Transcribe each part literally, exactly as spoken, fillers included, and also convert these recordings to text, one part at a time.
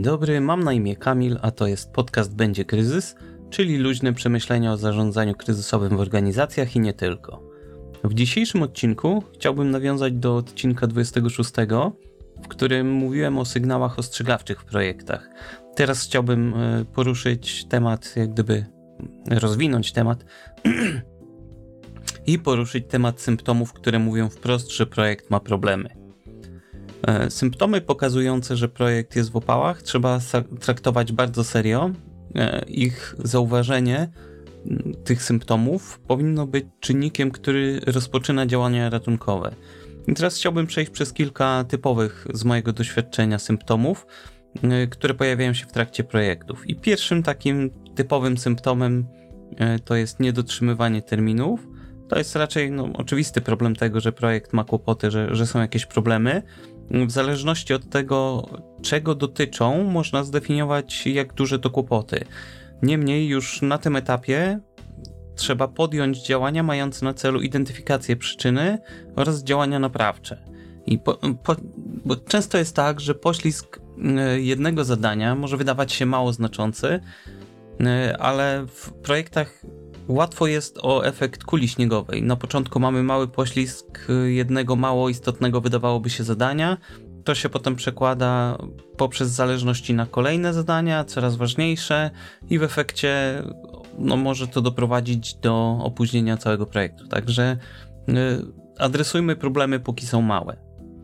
Dzień dobry, mam na imię Kamil, a to jest podcast Będzie Kryzys, czyli luźne przemyślenia o zarządzaniu kryzysowym w organizacjach i nie tylko. W dzisiejszym odcinku chciałbym nawiązać do odcinka dwudziestego szóstego, w którym mówiłem o sygnałach ostrzegawczych w projektach. Teraz chciałbym poruszyć temat, jak gdyby rozwinąć temat i poruszyć temat symptomów, które mówią wprost, że projekt ma problemy. Symptomy pokazujące, że projekt jest w opałach, trzeba traktować bardzo serio. Ich zauważenie tych symptomów powinno być czynnikiem, który rozpoczyna działania ratunkowe. I teraz chciałbym przejść przez kilka typowych z mojego doświadczenia symptomów, które pojawiają się w trakcie projektów. I pierwszym takim typowym symptomem to jest niedotrzymywanie terminów. To jest raczej no, oczywisty problem tego, że projekt ma kłopoty, że, że są jakieś problemy. W zależności od tego, czego dotyczą, można zdefiniować, jak duże to kłopoty. Niemniej już na tym etapie trzeba podjąć działania mające na celu identyfikację przyczyny oraz działania naprawcze. I po, po, bo często jest tak, że poślizg jednego zadania może wydawać się mało znaczący, ale w projektach łatwo jest o efekt kuli śniegowej. Na początku mamy mały poślizg jednego mało istotnego, wydawałoby się, zadania. To się potem przekłada poprzez zależności na kolejne zadania, coraz ważniejsze i w efekcie no, może to doprowadzić do opóźnienia całego projektu. Także y, adresujmy problemy, póki są małe.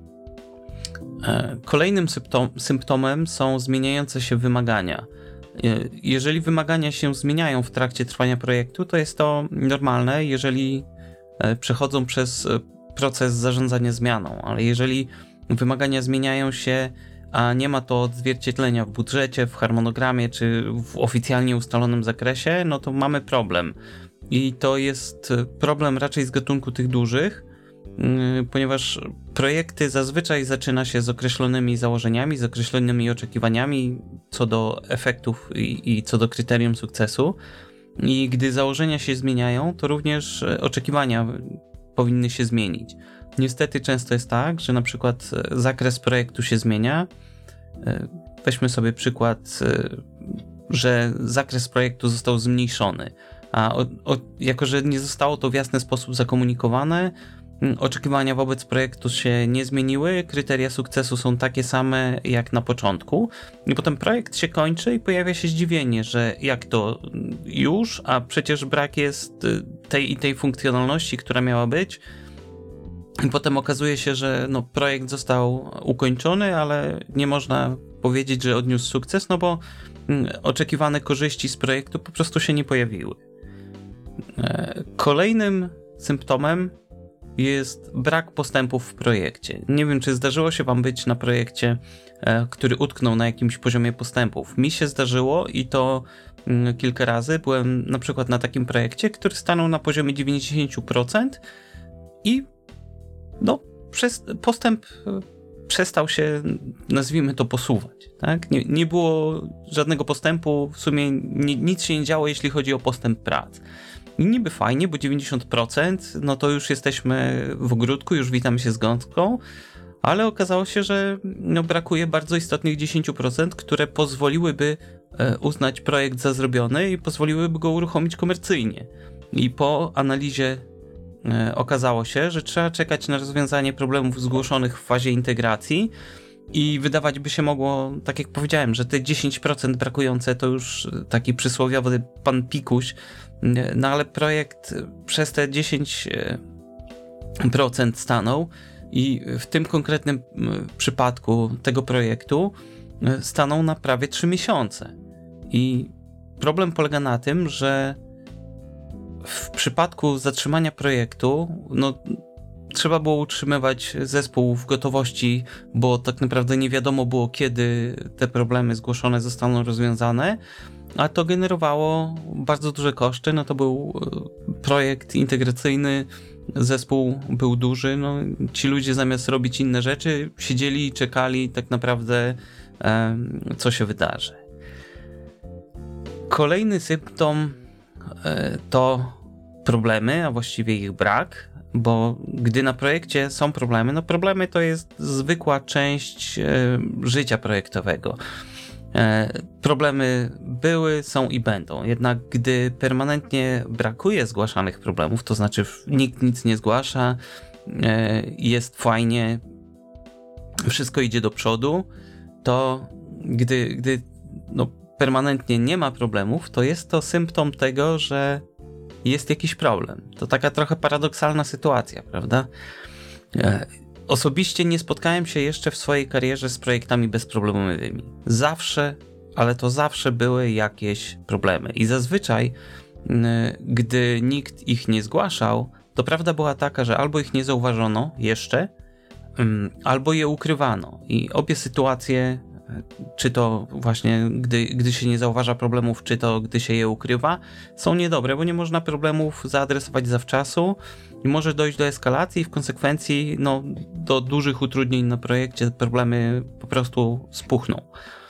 E, kolejnym symptom, symptomem są zmieniające się wymagania. Jeżeli wymagania się zmieniają w trakcie trwania projektu, to jest to normalne, jeżeli przechodzą przez proces zarządzania zmianą, ale jeżeli wymagania zmieniają się, a nie ma to odzwierciedlenia w budżecie, w harmonogramie czy w oficjalnie ustalonym zakresie, no to mamy problem. I to jest problem raczej z gatunku tych dużych, ponieważ projekty zazwyczaj zaczyna się z określonymi założeniami, z określonymi oczekiwaniami co do efektów i, i co do kryterium sukcesu. I gdy założenia się zmieniają, to również oczekiwania powinny się zmienić. Niestety często jest tak, że na przykład zakres projektu się zmienia. Weźmy sobie przykład, że zakres projektu został zmniejszony, a o, o, jako że nie zostało to w jasny sposób zakomunikowane, oczekiwania wobec projektu się nie zmieniły, kryteria sukcesu są takie same jak na początku i potem projekt się kończy i pojawia się zdziwienie, że jak to już, a przecież brak jest tej i tej funkcjonalności, która miała być. I potem okazuje się, że no, projekt został ukończony, ale nie można powiedzieć, że odniósł sukces, no bo oczekiwane korzyści z projektu po prostu się nie pojawiły. Kolejnym symptomem jest brak postępów w projekcie. Nie wiem, czy zdarzyło się wam być na projekcie, który utknął na jakimś poziomie postępów. Mi się zdarzyło i to kilka razy. Byłem na przykład na takim projekcie, który stanął na poziomie dziewięćdziesiąt procent i no, przez, postęp przestał się, nazwijmy to, posuwać. Tak? Nie, nie było żadnego postępu, w sumie ni, nic się nie działo, jeśli chodzi o postęp prac. I niby fajnie, bo dziewięćdziesiąt procent, no to już jesteśmy w ogródku, już witamy się z gąską, ale okazało się, że no brakuje bardzo istotnych dziesięć procent, które pozwoliłyby uznać projekt za zrobiony i pozwoliłyby go uruchomić komercyjnie. I po analizie okazało się, że trzeba czekać na rozwiązanie problemów zgłoszonych w fazie integracji i wydawać by się mogło, tak jak powiedziałem, że te dziesięć procent brakujące to już taki przysłowiowy pan pikuś, no ale projekt przez te dziesięć procent stanął i w tym konkretnym przypadku tego projektu stanął na prawie trzy miesiące. I problem polega na tym, że w przypadku zatrzymania projektu, no trzeba było utrzymywać zespół w gotowości, bo tak naprawdę nie wiadomo było, kiedy te problemy zgłoszone zostaną rozwiązane, a to generowało bardzo duże koszty. No to był projekt integracyjny, zespół był duży, no ci ludzie zamiast robić inne rzeczy, siedzieli i czekali tak naprawdę, co się wydarzy. Kolejny symptom to problemy, a właściwie ich brak, bo gdy na projekcie są problemy, no problemy to jest zwykła część życia projektowego. Problemy były, są i będą. Jednak gdy permanentnie brakuje zgłaszanych problemów, to znaczy nikt nic nie zgłasza, jest fajnie, wszystko idzie do przodu, to gdy, gdy no, permanentnie nie ma problemów, to jest to symptom tego, że jest jakiś problem. To taka trochę paradoksalna sytuacja, prawda? Osobiście nie spotkałem się jeszcze w swojej karierze z projektami bezproblemowymi. Zawsze, ale to zawsze były jakieś problemy. I zazwyczaj, gdy nikt ich nie zgłaszał, to prawda była taka, że albo ich nie zauważono jeszcze, albo je ukrywano. I obie sytuacje, czy to właśnie gdy, gdy się nie zauważa problemów, czy to gdy się je ukrywa, są niedobre, bo nie można problemów zaadresować zawczasu i może dojść do eskalacji i w konsekwencji no, do dużych utrudnień na projekcie, problemy po prostu spuchną.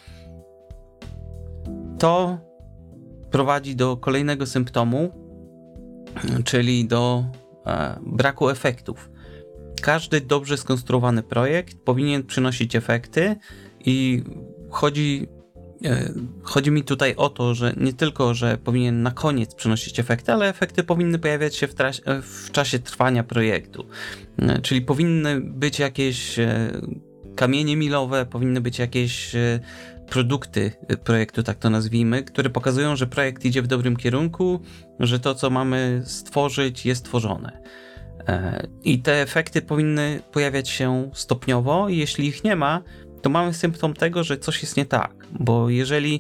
To prowadzi do kolejnego symptomu, czyli do e, braku efektów. Każdy dobrze skonstruowany projekt powinien przynosić efekty i chodzi, e, chodzi mi tutaj o to, że nie tylko, że powinien na koniec przynosić efekty, ale efekty powinny pojawiać się w, tra- w czasie trwania projektu. E, czyli powinny być jakieś e, kamienie milowe, powinny być jakieś e, produkty projektu, tak to nazwijmy, które pokazują, że projekt idzie w dobrym kierunku, że to, co mamy stworzyć, jest tworzone. I te efekty powinny pojawiać się stopniowo i jeśli ich nie ma, to mamy symptom tego, że coś jest nie tak, bo jeżeli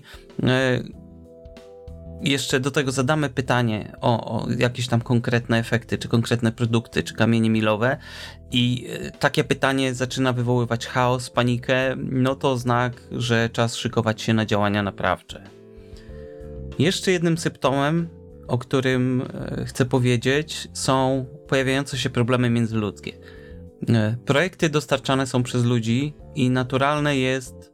jeszcze do tego zadamy pytanie o, o jakieś tam konkretne efekty, czy konkretne produkty, czy kamienie milowe i takie pytanie zaczyna wywoływać chaos, panikę, no to znak, że czas szykować się na działania naprawcze. Jeszcze jednym symptomem, o którym chcę powiedzieć, są pojawiające się problemy międzyludzkie. Projekty dostarczane są przez ludzi i naturalne jest,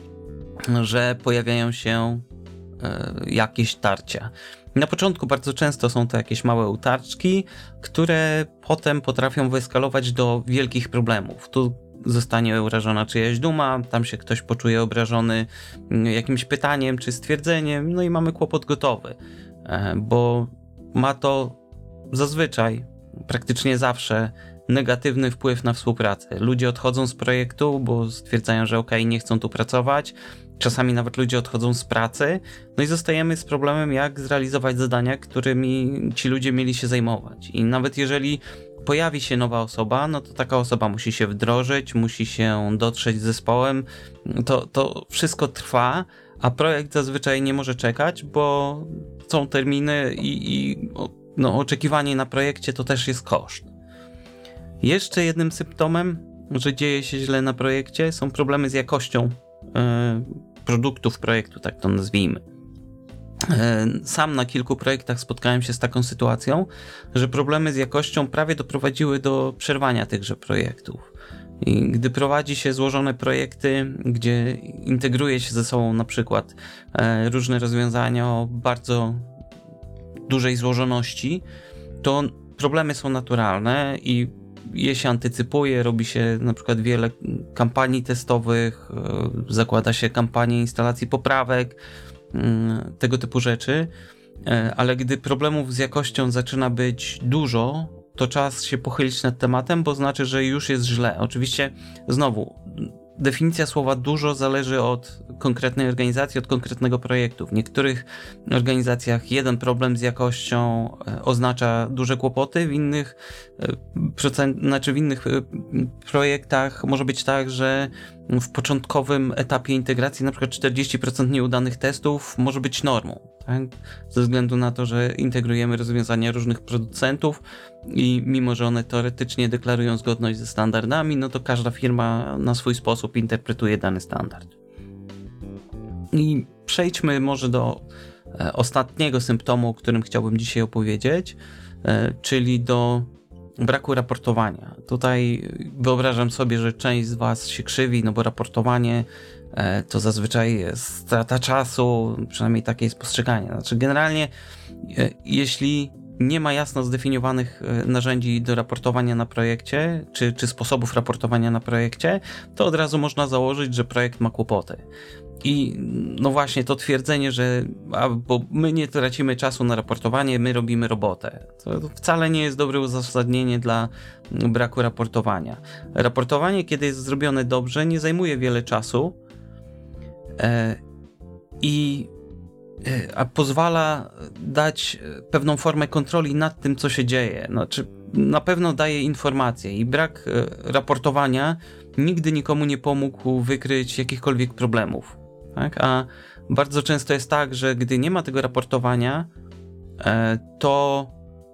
że pojawiają się jakieś tarcia. Na początku bardzo często są to jakieś małe utarczki, które potem potrafią wyeskalować do wielkich problemów. Tu zostanie urażona czyjaś duma, tam się ktoś poczuje obrażony jakimś pytaniem czy stwierdzeniem, no i mamy kłopot gotowy, bo ma to zazwyczaj, praktycznie zawsze negatywny wpływ na współpracę. Ludzie odchodzą z projektu, bo stwierdzają, że okej, nie chcą tu pracować. Czasami nawet ludzie odchodzą z pracy, no i zostajemy z problemem, jak zrealizować zadania, którymi ci ludzie mieli się zajmować. I nawet jeżeli pojawi się nowa osoba, no to taka osoba musi się wdrożyć, musi się dotrzeć z zespołem, to, to wszystko trwa, a projekt zazwyczaj nie może czekać, bo są terminy i, i no, oczekiwanie na projekcie to też jest koszt. Jeszcze jednym symptomem, że dzieje się źle na projekcie, są problemy z jakością yy, produktów projektu, tak to nazwijmy. Yy, sam na kilku projektach spotkałem się z taką sytuacją, że problemy z jakością prawie doprowadziły do przerwania tychże projektów. I gdy prowadzi się złożone projekty, gdzie integruje się ze sobą na przykład yy, różne rozwiązania o bardzo dużej złożoności, to problemy są naturalne i je się antycypuje, robi się na przykład wiele kampanii testowych, zakłada się kampanię instalacji poprawek, tego typu rzeczy, ale gdy problemów z jakością zaczyna być dużo, to czas się pochylić nad tematem, bo znaczy, że już jest źle. Oczywiście znowu, definicja słowa dużo zależy od konkretnej organizacji, od konkretnego projektu. W niektórych organizacjach jeden problem z jakością oznacza duże kłopoty, w innych, procent, znaczy w innych projektach może być tak, że w początkowym etapie integracji na przykład czterdzieści procent nieudanych testów może być normą. Tak? Ze względu na to, że integrujemy rozwiązania różnych producentów i mimo, że one teoretycznie deklarują zgodność ze standardami, no to każda firma na swój sposób interpretuje dany standard. I przejdźmy może do ostatniego symptomu, o którym chciałbym dzisiaj opowiedzieć, czyli do braku raportowania. Tutaj wyobrażam sobie, że część z Was się krzywi, no bo raportowanie to zazwyczaj jest strata czasu, przynajmniej takie jest postrzeganie. Znaczy generalnie, jeśli nie ma jasno zdefiniowanych narzędzi do raportowania na projekcie, czy, czy sposobów raportowania na projekcie, to od razu można założyć, że projekt ma kłopoty. I no właśnie to twierdzenie, że a, bo my nie tracimy czasu na raportowanie, my robimy robotę. To wcale nie jest dobre uzasadnienie dla braku raportowania. Raportowanie, kiedy jest zrobione dobrze, nie zajmuje wiele czasu e, i e, a pozwala dać pewną formę kontroli nad tym, co się dzieje. Znaczy, na pewno daje informacje i brak e, raportowania nigdy nikomu nie pomógł wykryć jakichkolwiek problemów. Tak? A bardzo często jest tak, że gdy nie ma tego raportowania, e, to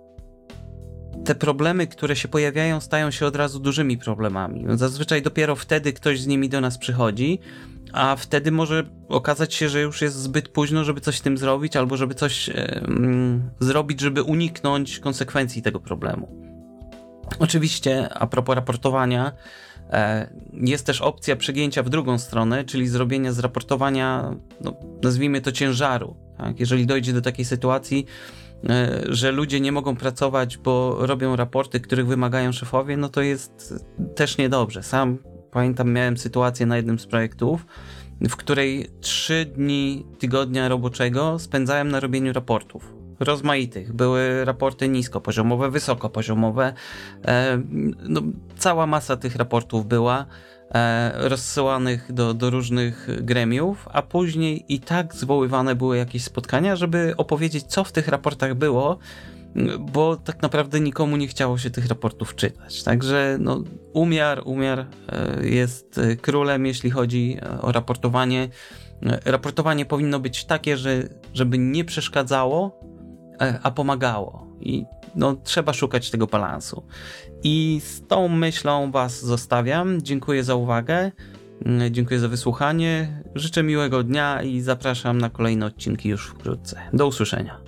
te problemy, które się pojawiają, stają się od razu dużymi problemami. Zazwyczaj dopiero wtedy ktoś z nimi do nas przychodzi, a wtedy może okazać się, że już jest zbyt późno, żeby coś z tym zrobić, albo żeby coś e, mm, zrobić, żeby uniknąć konsekwencji tego problemu. Oczywiście, a propos raportowania, jest też opcja przegięcia w drugą stronę, czyli zrobienia z raportowania, no, nazwijmy to ciężaru. Tak? Jeżeli dojdzie do takiej sytuacji, że ludzie nie mogą pracować, bo robią raporty, których wymagają szefowie, no to jest też niedobrze. Sam pamiętam, miałem sytuację na jednym z projektów, w której trzy dni tygodnia roboczego spędzałem na robieniu raportów. Rozmaitych. Były raporty niskopoziomowe, wysokopoziomowe. E, no, cała masa tych raportów była e, rozsyłanych do, do różnych gremiów, a później i tak zwoływane były jakieś spotkania, żeby opowiedzieć, co w tych raportach było, bo tak naprawdę nikomu nie chciało się tych raportów czytać. Także no, umiar, umiar jest królem, jeśli chodzi o raportowanie. Raportowanie powinno być takie, że, żeby nie przeszkadzało, a pomagało. I no, trzeba szukać tego balansu. I z tą myślą was zostawiam. Dziękuję za uwagę. Dziękuję za wysłuchanie. Życzę miłego dnia i zapraszam na kolejne odcinki już wkrótce. Do usłyszenia.